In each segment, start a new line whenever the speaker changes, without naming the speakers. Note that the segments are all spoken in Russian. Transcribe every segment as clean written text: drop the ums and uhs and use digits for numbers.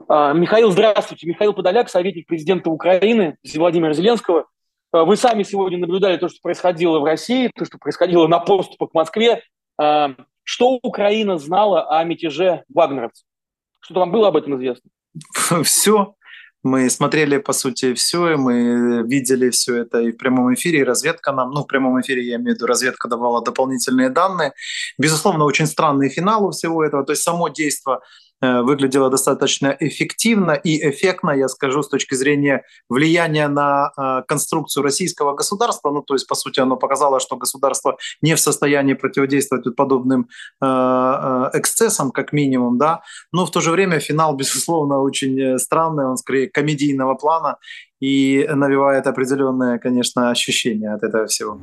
Михаил, здравствуйте. Михаил Подоляк, советник президента Украины Владимира Зеленского. Вы сами сегодня наблюдали то, что происходило в России, то, что происходило на подступах к Москве. Что Украина знала о мятеже вагнеровцев? Что-то вам было об этом известно?
Все. Мы смотрели, по сути, все, и мы видели все это и в прямом эфире, и разведка нам, в прямом эфире, я имею в виду, разведка давала дополнительные данные. Безусловно, очень странный финал у всего этого, то есть само действо выглядело достаточно эффективно и эффектно, я скажу, с точки зрения влияния на конструкцию российского государства. То есть, по сути, оно показало, что государство не в состоянии противодействовать подобным эксцессам, как минимум, да. Но в то же время финал, безусловно, очень странный, он скорее комедийного плана и навевает определенное, конечно, ощущение от этого всего.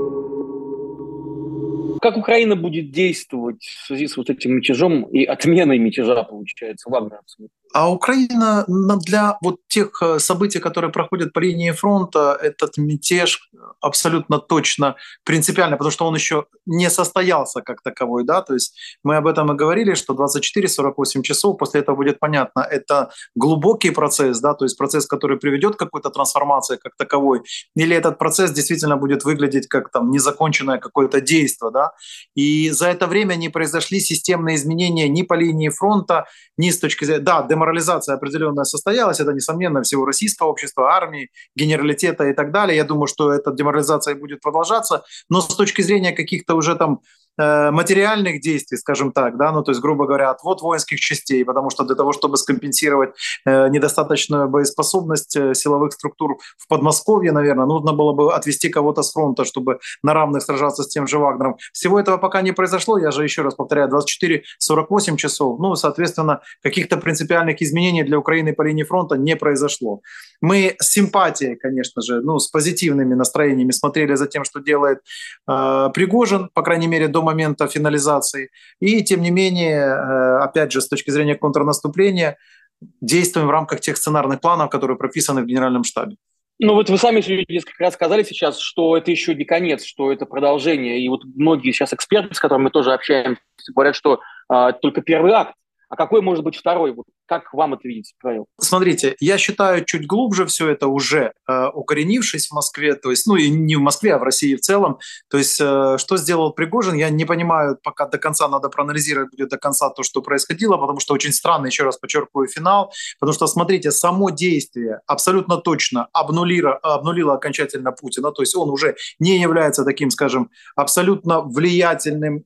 Как Украина будет действовать в связи с вот этим мятежом и отменой мятежа, получается, вагнеровцев?
А Украина для вот тех событий, которые проходят по линии фронта, этот мятеж абсолютно точно принципиально, потому что он еще не состоялся как таковой, да, то есть мы об этом и говорили, что 24-48 часов, после этого будет понятно, это глубокий процесс, да, то есть процесс, который приведет к какой-то трансформации как таковой, или этот процесс действительно будет выглядеть как там незаконченное какое-то действие, да, и за это время не произошли системные изменения ни по линии фронта, ни с точки зрения, да, деморализация определенная состоялась, это, несомненно, всего российского общества, армии, генералитета и так далее. Я думаю, что эта деморализация будет продолжаться, но с точки зрения каких-то уже там материальных действий, скажем так, да, то есть, грубо говоря, отвод воинских частей, потому что для того, чтобы скомпенсировать недостаточную боеспособность силовых структур в Подмосковье, наверное, нужно было бы отвести кого-то с фронта, чтобы на равных сражаться с тем же Вагнером. Всего этого пока не произошло, я же еще раз повторяю, 24-48 часов, соответственно, каких-то принципиальных изменений для Украины по линии фронта не произошло. Мы с симпатией, конечно же, с позитивными настроениями смотрели за тем, что делает Пригожин, по крайней мере, до момента финализации. И, тем не менее, опять же, с точки зрения контрнаступления, действуем в рамках тех сценарных планов, которые прописаны в Генеральном штабе.
Вот вы сами несколько раз сказали сейчас, что это еще не конец, что это продолжение. И вот многие сейчас эксперты, с которыми мы тоже общаемся, говорят, что только первый акт. А какой может быть второй? Вот как вам это видится, Павел?
Смотрите, я считаю, чуть глубже все это уже укоренившись в Москве, то есть, и не в Москве, а в России в целом. То есть, что сделал Пригожин, я не понимаю, пока до конца надо проанализировать будет до конца то, что происходило, потому что очень странный, еще раз подчеркиваю, финал. Потому что, смотрите, само действие абсолютно точно обнулило окончательно Путина, то есть он уже не является таким, скажем, абсолютно влиятельным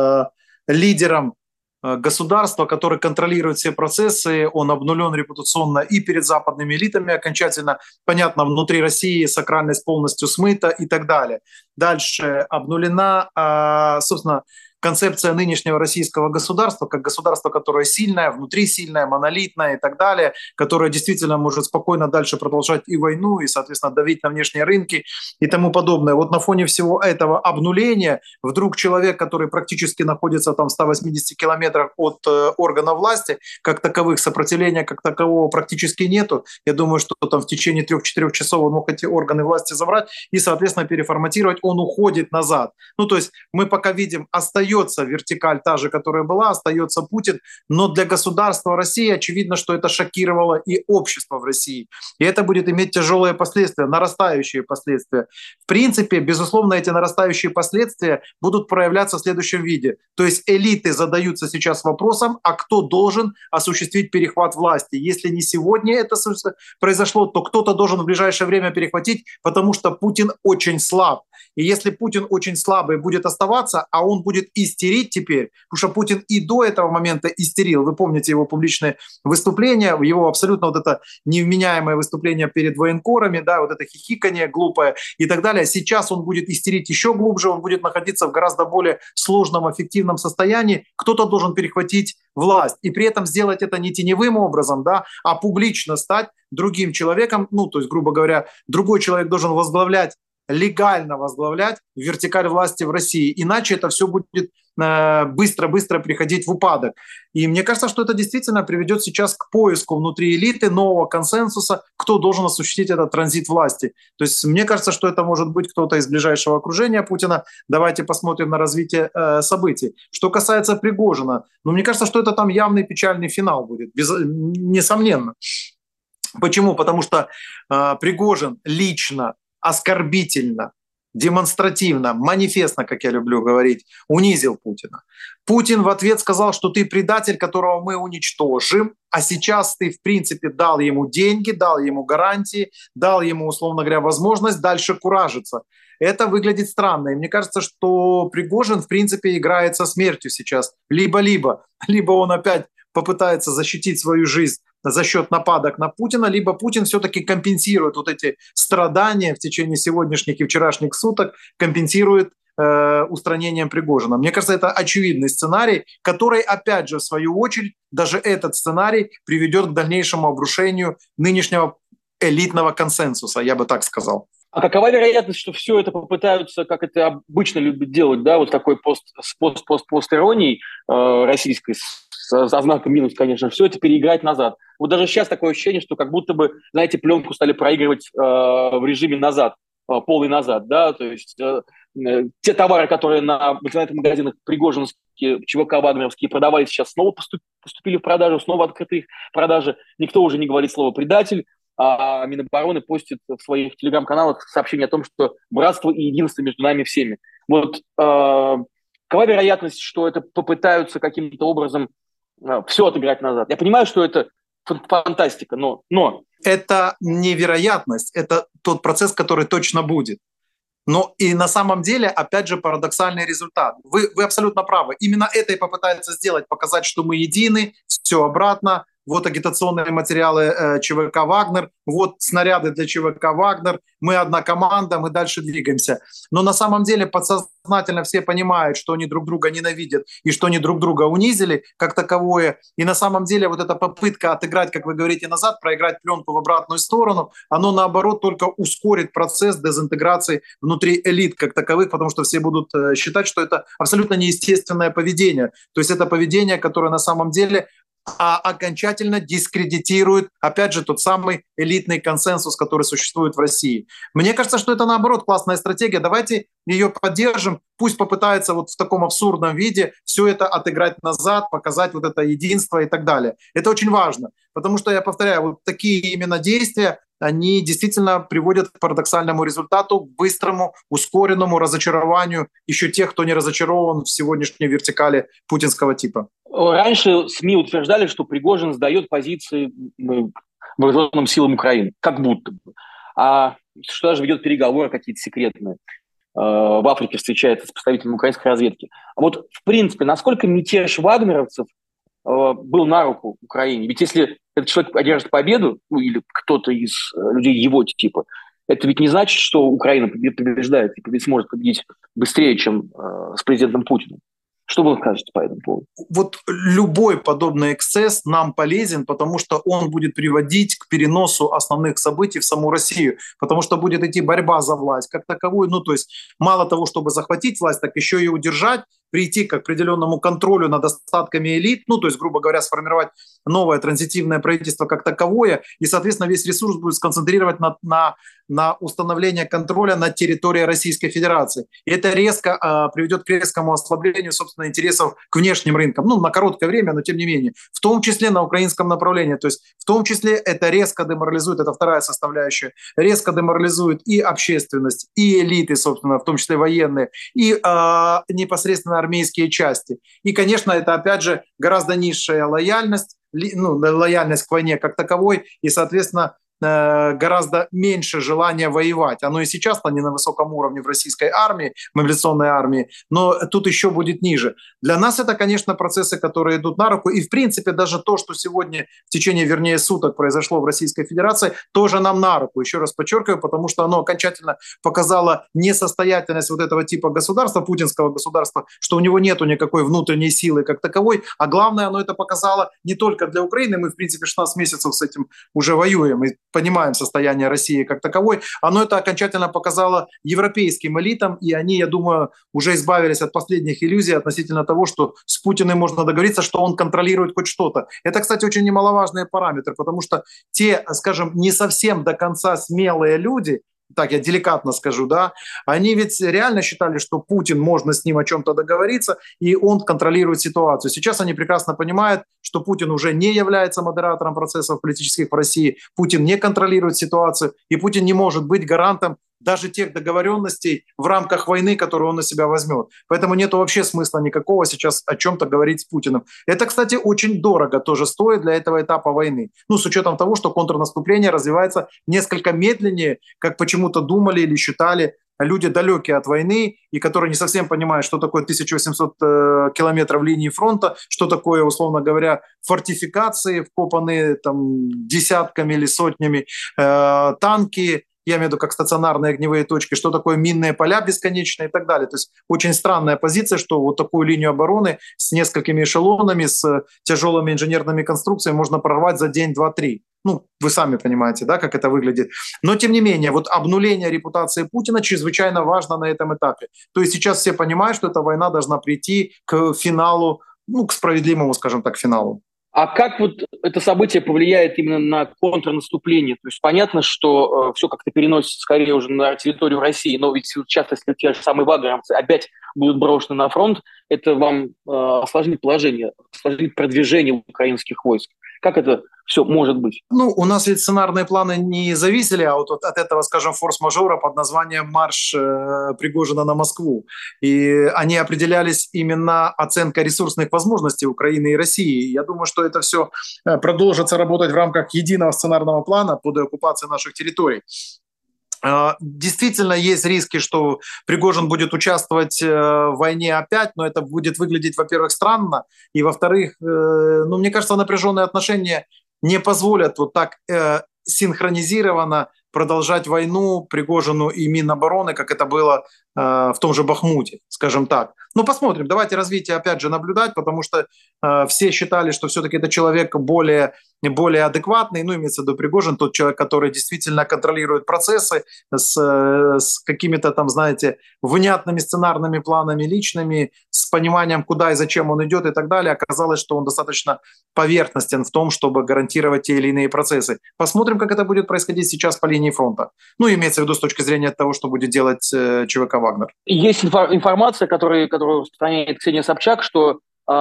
лидером государства, которое контролирует все процессы, он обнулен репутационно и перед западными элитами окончательно, понятно, внутри России сакральность полностью смыта и так далее. Дальше обнулена, собственно, концепция нынешнего российского государства, как государство, которое сильное, внутри сильное, монолитное и так далее, которое действительно может спокойно дальше продолжать и войну, и, соответственно, давить на внешние рынки и тому подобное. Вот на фоне всего этого обнуления вдруг человек, который практически находится там в 180 километрах от органа власти, как таковых сопротивления, как такового практически нету. Я думаю, что там в течение 3-4 часов он мог эти органы власти забрать и, соответственно, переформатировать. Он уходит назад. То есть мы пока видим, остается вертикаль та же, которая была, остается Путин, но для государства России очевидно, что это шокировало и общество в России. И это будет иметь тяжелые последствия, нарастающие последствия. В принципе, безусловно, эти нарастающие последствия будут проявляться в следующем виде. То есть элиты задаются сейчас вопросом, а кто должен осуществить перехват власти? Если не сегодня это произошло, то кто-то должен в ближайшее время перехватить, потому что Путин очень слаб. И если Путин очень слабый будет оставаться, а он будет истерить теперь, потому что Путин и до этого момента истерил. Вы помните его публичные выступления, его абсолютно вот это невменяемое выступление перед военкорами, да, вот это хихиканье глупое и так далее. Сейчас он будет истерить еще глубже, он будет находиться в гораздо более сложном, аффективном состоянии. Кто-то должен перехватить власть. И при этом сделать это не теневым образом, да, а публично стать другим человеком. То есть, грубо говоря, другой человек должен возглавлять легально возглавлять вертикаль власти в России. Иначе это все будет быстро-быстро приходить в упадок. И мне кажется, что это действительно приведет сейчас к поиску внутри элиты нового консенсуса, кто должен осуществить этот транзит власти. То есть мне кажется, что это может быть кто-то из ближайшего окружения Путина. Давайте посмотрим на развитие событий. Что касается Пригожина, ну, мне кажется, что это там явный печальный финал будет, несомненно. Почему? Потому что Пригожин лично, оскорбительно, демонстративно, манифестно, как я люблю говорить, унизил Путина. Путин в ответ сказал, что ты предатель, которого мы уничтожим, а сейчас ты, в принципе, дал ему деньги, дал ему гарантии, дал ему, условно говоря, возможность дальше куражиться. Это выглядит странно. И мне кажется, что Пригожин, в принципе, играет со смертью сейчас. Либо он опять попытается защитить свою жизнь за счет нападок на Путина, либо Путин все-таки компенсирует вот эти страдания в течение сегодняшних и вчерашних суток, компенсирует устранением Пригожина. Мне кажется, это очевидный сценарий, который, опять же, в свою очередь, даже этот сценарий приведет к дальнейшему обрушению нынешнего элитного консенсуса, я бы так сказал.
А какова вероятность, что все это попытаются, как это обычно любят делать, да, вот такой пост-иронией российской, со знаком минус, конечно, все это переиграть назад. Вот даже сейчас такое ощущение, что как будто бы, знаете, пленку стали проигрывать в режиме назад, полный назад, да, то есть те товары, которые на интернет-магазинах пригожинские, ЧВК вагнеровские продавались, сейчас снова поступили в продажу, снова открыты их продажи. Никто уже не говорит слово «предатель», а Минобороны постит в своих телеграм-каналах сообщение о том, что братство и единство между нами всеми. Вот какова вероятность, что это попытаются каким-то образом все отыграть назад? Я понимаю, что это фантастика, но...
Это невероятность, это тот процесс, который точно будет. Но и на самом деле, опять же, парадоксальный результат. Вы абсолютно правы. Именно это и попытаются сделать, показать, что мы едины, все обратно. Вот агитационные материалы ЧВК «Вагнер», вот снаряды для ЧВК «Вагнер», мы одна команда, мы дальше двигаемся. Но на самом деле подсознательно все понимают, что они друг друга ненавидят и что они друг друга унизили как таковое. И на самом деле вот эта попытка отыграть, как вы говорите, назад, проиграть пленку в обратную сторону, оно наоборот только ускорит процесс дезинтеграции внутри элит как таковых, потому что все будут считать, что это абсолютно неестественное поведение. То есть это поведение, которое на самом деле окончательно дискредитирует, опять же, тот самый элитный консенсус, который существует в России. Мне кажется, что это, наоборот, классная стратегия. Давайте ее поддержим. Пусть попытается вот в таком абсурдном виде все это отыграть назад, показать вот это единство и так далее. Это очень важно, потому что, я повторяю, вот такие именно действия, они действительно приводят к парадоксальному результату, к быстрому, ускоренному разочарованию еще тех, кто не разочарован в сегодняшней вертикали путинского типа.
Раньше СМИ утверждали, что Пригожин сдает позиции вооруженным силам Украины, как будто бы. А что даже ведет переговоры какие-то секретные. В Африке встречается с представителями украинской разведки. А вот, в принципе, насколько мятеж вагнеровцев был на руку Украине? Ведь если этот человек одержит победу, ну или кто-то из людей его типа, это ведь не значит, что Украина побеждает и сможет победить быстрее, чем с президентом Путиным. Что вы скажете по этому поводу?
Вот любой подобный эксцесс нам полезен, потому что он будет приводить к переносу основных событий в саму Россию, потому что будет идти борьба за власть как таковую. Ну, то есть мало того, чтобы захватить власть, так еще и удержать, прийти к определенному контролю над остатками элит, ну, то есть, грубо говоря, сформировать новое транзитивное правительство как таковое, и, соответственно, весь ресурс будет сконцентрировать на установление контроля над территорией Российской Федерации. И это резко приведет к резкому ослаблению, собственно, интересов к внешним рынкам. Ну, на короткое время, но тем не менее. В том числе на украинском направлении. То есть в том числе это резко деморализует, это вторая составляющая, резко деморализует и общественность, и элиты, собственно, в том числе военные, и непосредственно армейские части. И, конечно, это, опять же, гораздо низшая лояльность, лояльность к войне как таковой, и, соответственно, гораздо меньше желания воевать. Оно и сейчас-то не на высоком уровне в российской армии, мобилизационной армии, но тут еще будет ниже. Для нас это, конечно, процессы, которые идут на руку. И, в принципе, даже то, что сегодня в течение, вернее, суток произошло в Российской Федерации, тоже нам на руку. Еще раз подчеркиваю, потому что оно окончательно показало несостоятельность вот этого типа государства, путинского государства, что у него нету никакой внутренней силы как таковой. А главное, оно это показало не только для Украины. Мы, в принципе, 16 месяцев с этим уже воюем. И понимаем состояние России как таковой, оно это окончательно показало европейским элитам, и они, я думаю, уже избавились от последних иллюзий относительно того, что с Путиным можно договориться, что он контролирует хоть что-то. Это, кстати, очень немаловажный параметр, потому что те, скажем, не совсем до конца смелые люди, так я деликатно скажу, да, они ведь реально считали, что Путин, можно с ним о чем-то договориться, и он контролирует ситуацию. Сейчас они прекрасно понимают, что Путин уже не является модератором процессов политических в России, Путин не контролирует ситуацию, и Путин не может быть гарантом даже тех договоренностей в рамках войны, которую он на себя возьмет. Поэтому нет вообще смысла никакого сейчас о чем-то говорить с Путиным. Это, кстати, очень дорого тоже стоит для этого этапа войны. Ну, с учетом того, что контрнаступление развивается несколько медленнее, как почему-то думали или считали люди далекие от войны и которые не совсем понимают, что такое 1800 километров линии фронта, что такое, условно говоря, фортификации, вкопанные там десятками или сотнями, танки, я имею в виду как стационарные огневые точки, что такое минные поля бесконечные и так далее. То есть очень странная позиция, что вот такую линию обороны с несколькими эшелонами, с тяжелыми инженерными конструкциями можно прорвать за день, два, три. Ну, вы сами понимаете, да, как это выглядит. Но, тем не менее, вот обнуление репутации Путина чрезвычайно важно на этом этапе. То есть сейчас все понимают, что эта война должна прийти к финалу, ну, к справедливому, скажем так, финалу.
А как вот это событие повлияет именно на контрнаступление? То есть понятно, что все как-то переносится скорее уже на территорию России, но ведь часто, если те же самые вагнеровцы опять будут брошены на фронт, это вам осложнит положение, осложнит продвижение украинских войск. Как это все может быть?
Ну, у нас ведь сценарные планы не зависели от этого, скажем, форс-мажора под названием «Марш Пригожина на Москву». И они определялись именно оценкой ресурсных возможностей Украины и России. Я думаю, что это все продолжится работать в рамках единого сценарного плана по деоккупации наших территорий. Действительно, есть риски, что Пригожин будет участвовать в войне опять, но это будет выглядеть, во-первых, странно, и, во-вторых, ну, мне кажется, напряженные отношения не позволят вот так синхронизированно продолжать войну Пригожину и Минобороны, как это было в том же Бахмуте, скажем так. Ну, посмотрим. Давайте развитие опять же наблюдать, потому что все считали, что все-таки это человек более адекватный, ну, имеется в виду Пригожин, тот человек, который действительно контролирует процессы с какими-то там, знаете, внятными сценарными планами личными, с пониманием, куда и зачем он идет и так далее. Оказалось, что он достаточно поверхностен в том, чтобы гарантировать те или иные процессы. Посмотрим, как это будет происходить сейчас по линии фронта. Ну, имеется в виду с точки зрения того, что будет делать ЧВК «Вагнер».
Есть информация, которую распространяет Ксения Собчак, что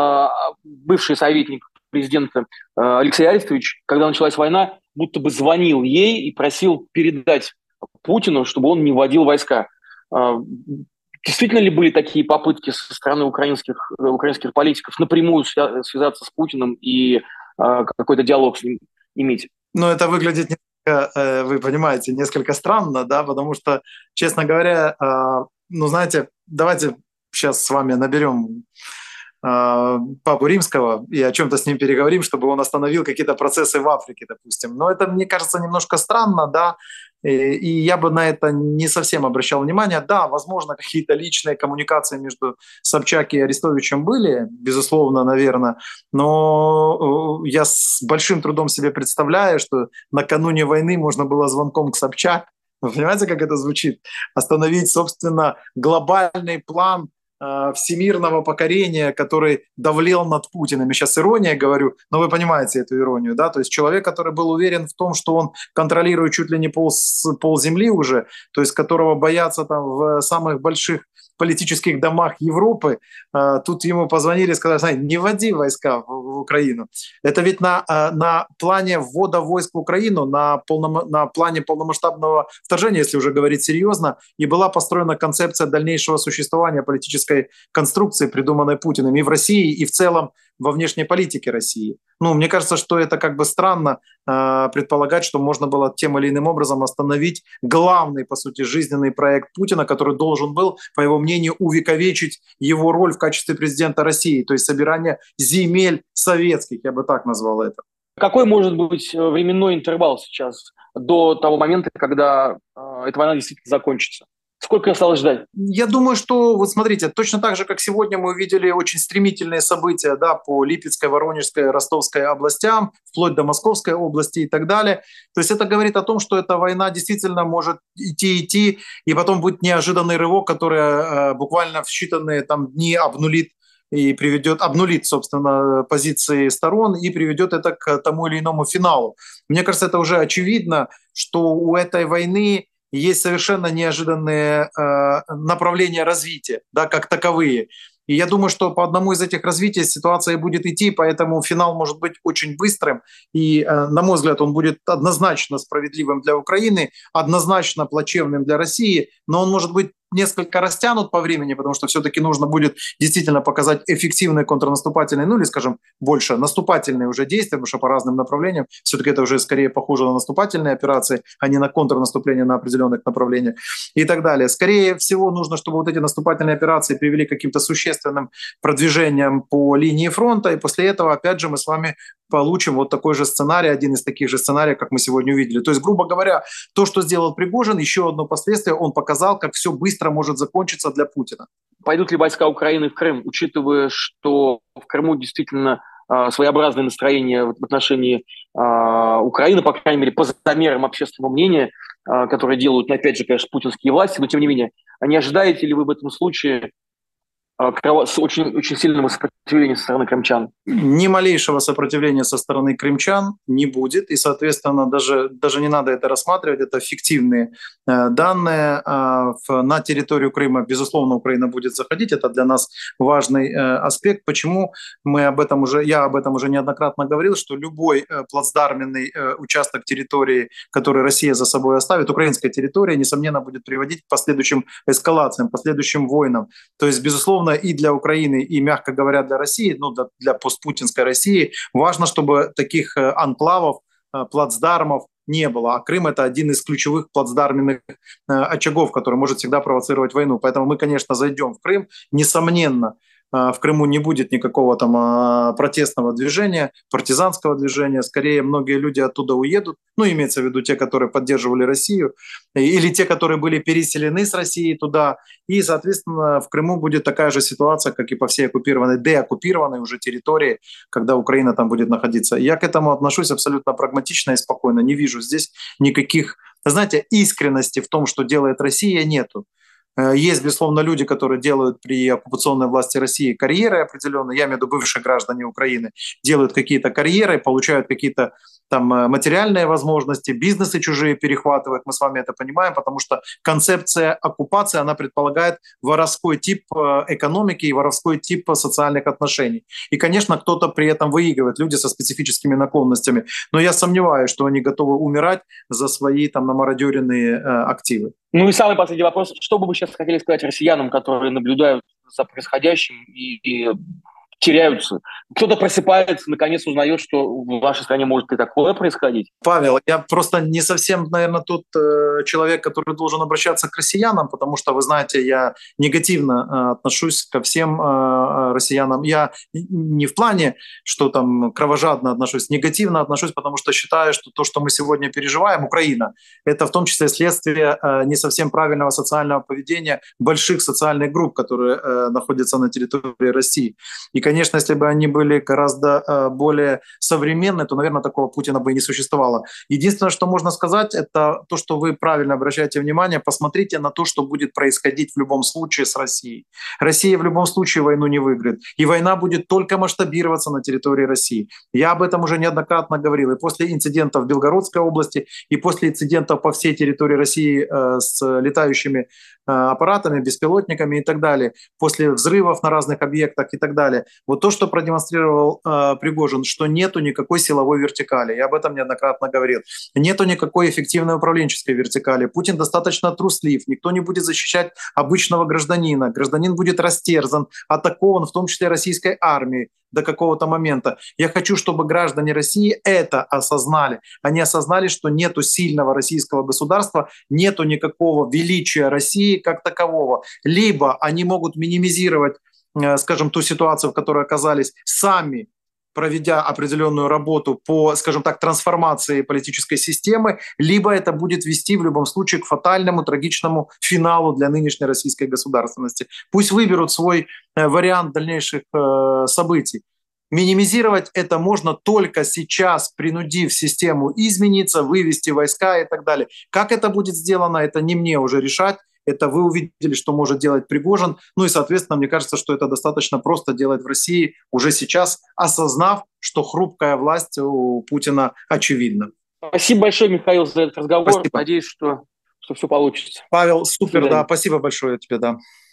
бывший советник президента Алексей Арестович, когда началась война, будто бы звонил ей и просил передать Путину, чтобы он не вводил войска. Действительно ли были такие попытки со стороны украинских политиков напрямую связаться с Путиным и какой-то диалог с ним иметь?
Ну, это выглядит несколько, вы понимаете, несколько странно, да, потому что, честно говоря, ну, знаете, давайте сейчас с вами наберем Папу Римского и о чем-то с ним переговорим, чтобы он остановил какие-то процессы в Африке, допустим. Но это, мне кажется, немножко странно, да, и я бы на это не совсем обращал внимание. Да, возможно, какие-то личные коммуникации между Собчак и Арестовичем были, безусловно, наверное, но я с большим трудом себе представляю, что накануне войны можно было звонком к Собчак, вы понимаете, как это звучит, остановить, собственно, глобальный план всемирного покорения, который давлел над Путиным. Я сейчас ирония говорю, но вы понимаете эту иронию, да? То есть человек, который был уверен в том, что он контролирует чуть ли не пол земли уже, то есть которого боятся там в самых больших политических домах Европы, тут ему позвонили и сказали: не вводи войска в Украину. Это ведь на плане ввода войск в Украину, на плане полномасштабного вторжения, если уже говорить серьезно, и была построена концепция дальнейшего существования политической конструкции, придуманной Путиным и в России, и в целом во внешней политике России. Ну, мне кажется, что это как бы странно предполагать, что можно было тем или иным образом остановить главный, по сути, жизненный проект Путина, который должен был, по его мнению, увековечить его роль в качестве президента России, то есть собирание земель советских, я бы так назвал это.
Какой может быть временной интервал сейчас до того момента, когда эта война действительно закончится? Сколько осталось ждать?
Я думаю, что, вот смотрите, точно так же, как сегодня мы увидели очень стремительные события, да, по Липецкой, Воронежской, Ростовской областям, вплоть до Московской области и так далее. То есть это говорит о том, что эта война действительно может идти, и потом будет неожиданный рывок, который буквально в считанные там дни обнулит, собственно, позиции сторон и приведет это к тому или иному финалу. Мне кажется, это уже очевидно, что у этой войны есть совершенно неожиданные направления развития, да, как таковые. И я думаю, что по одному из этих развитий ситуация будет идти, поэтому финал может быть очень быстрым. И, на мой взгляд, он будет однозначно справедливым для Украины, однозначно плачевным для России, но он может быть несколько растянут по времени, потому что все-таки нужно будет действительно показать эффективные контрнаступательные, ну или, скажем, больше наступательные уже действия, потому что по разным направлениям все-таки это уже скорее похоже на наступательные операции, а не на контрнаступление на определенных направлениях и так далее. Скорее всего, нужно, чтобы вот эти наступательные операции привели к каким-то существенным продвижениям по линии фронта, и после этого, опять же, мы с вами получим вот такой же сценарий, один из таких же сценариев, как мы сегодня увидели. То есть, грубо говоря, то, что сделал Пригожин, еще одно последствие, он показал, как все быстро может закончиться для Путина.
Пойдут ли войска Украины в Крым, учитывая, что в Крыму действительно своеобразное настроение в отношении Украины, по крайней мере, по замерам общественного мнения, которые делают, опять же, конечно, путинские власти, но тем не менее, не ожидаете ли вы в этом случае с очень, очень сильным сопротивлением со стороны крымчан?
Ни малейшего сопротивления со стороны крымчан не будет, и, соответственно, даже не надо это рассматривать, это фиктивные данные. На территорию Крыма, безусловно, Украина будет заходить, это для нас важный аспект. Почему я об этом уже неоднократно говорил, что любой плацдарменный участок территории, который Россия за собой оставит, украинская территория, несомненно, будет приводить к последующим эскалациям, последующим войнам. То есть, безусловно, и для Украины, и, мягко говоря, для России, ну, для постпутинской России, важно, чтобы таких анклавов, плацдармов не было. А Крым – это один из ключевых плацдарменных очагов, который может всегда провоцировать войну. Поэтому мы, конечно, зайдем в Крым, несомненно. В Крыму не будет никакого там протестного движения, партизанского движения. Скорее, многие люди оттуда уедут. Ну, имеется в виду те, которые поддерживали Россию, или те, которые были переселены с России туда. И, соответственно, в Крыму будет такая же ситуация, как и по всей деоккупированной уже территории, когда Украина там будет находиться. Я к этому отношусь абсолютно прагматично и спокойно. Не вижу здесь никаких, знаете, искренности в том, что делает Россия, нету. Есть, безусловно, люди, которые делают при оккупационной власти России карьеры определенные, я имею в виду бывшие граждане Украины, делают какие-то карьеры, получают какие-то там материальные возможности, бизнесы чужие перехватывают, мы с вами это понимаем, потому что концепция оккупации, она предполагает воровской тип экономики и воровской тип социальных отношений. И, конечно, кто-то при этом выигрывает, люди со специфическими наклонностями, но я сомневаюсь, что они готовы умирать за свои там намародеренные активы.
Ну и самый последний вопрос. Что бы вы сейчас хотели сказать россиянам, которые наблюдают за происходящим и теряются? Кто-то просыпается, наконец узнает, что в вашей стране может и такое происходить.
Павел, я просто не совсем, наверное, тот человек, который должен обращаться к россиянам, потому что, вы знаете, я негативно отношусь ко всем россиянам. Я не в плане, что там кровожадно отношусь, негативно отношусь, потому что считаю, что то, что мы сегодня переживаем, Украина, это в том числе следствие не совсем правильного социального поведения больших социальных групп, которые находятся на территории России. И, конечно, если бы они были гораздо более современные, то, наверное, такого Путина бы и не существовало. Единственное, что можно сказать, это то, что вы правильно обращаете внимание, посмотрите на то, что будет происходить в любом случае с Россией. Россия в любом случае войну не выиграет. И война будет только масштабироваться на территории России. Я об этом уже неоднократно говорил. И после инцидентов в Белгородской области, и после инцидентов по всей территории России с летающими аппаратами, беспилотниками и так далее, после взрывов на разных объектах и так далее. Вот то, что продемонстрировал Пригожин, что нету никакой силовой вертикали, я об этом неоднократно говорил, нету никакой эффективной управленческой вертикали. Путин достаточно труслив, никто не будет защищать обычного гражданина, гражданин будет растерзан, атакован, в том числе российской армией до какого-то момента. Я хочу, чтобы граждане России это осознали. Они осознали, что нету сильного российского государства, нету никакого величия России как такового. Либо они могут минимизировать, скажем, ту ситуацию, в которой оказались сами, проведя определенную работу по, скажем так, трансформации политической системы, либо это будет вести в любом случае к фатальному, трагичному финалу для нынешней российской государственности. Пусть выберут свой вариант дальнейших событий. Минимизировать это можно только сейчас, принудив систему измениться, вывести войска и так далее. Как это будет сделано, это не мне уже решать. Это вы увидели, что может делать Пригожин. Ну и, соответственно, мне кажется, что это достаточно просто делать в России уже сейчас, осознав, что хрупкая власть у Путина очевидна.
Спасибо большое, Михаил, за этот разговор.
Спасибо.
Надеюсь, что все получится.
Павел, супер, да, спасибо большое тебе, да.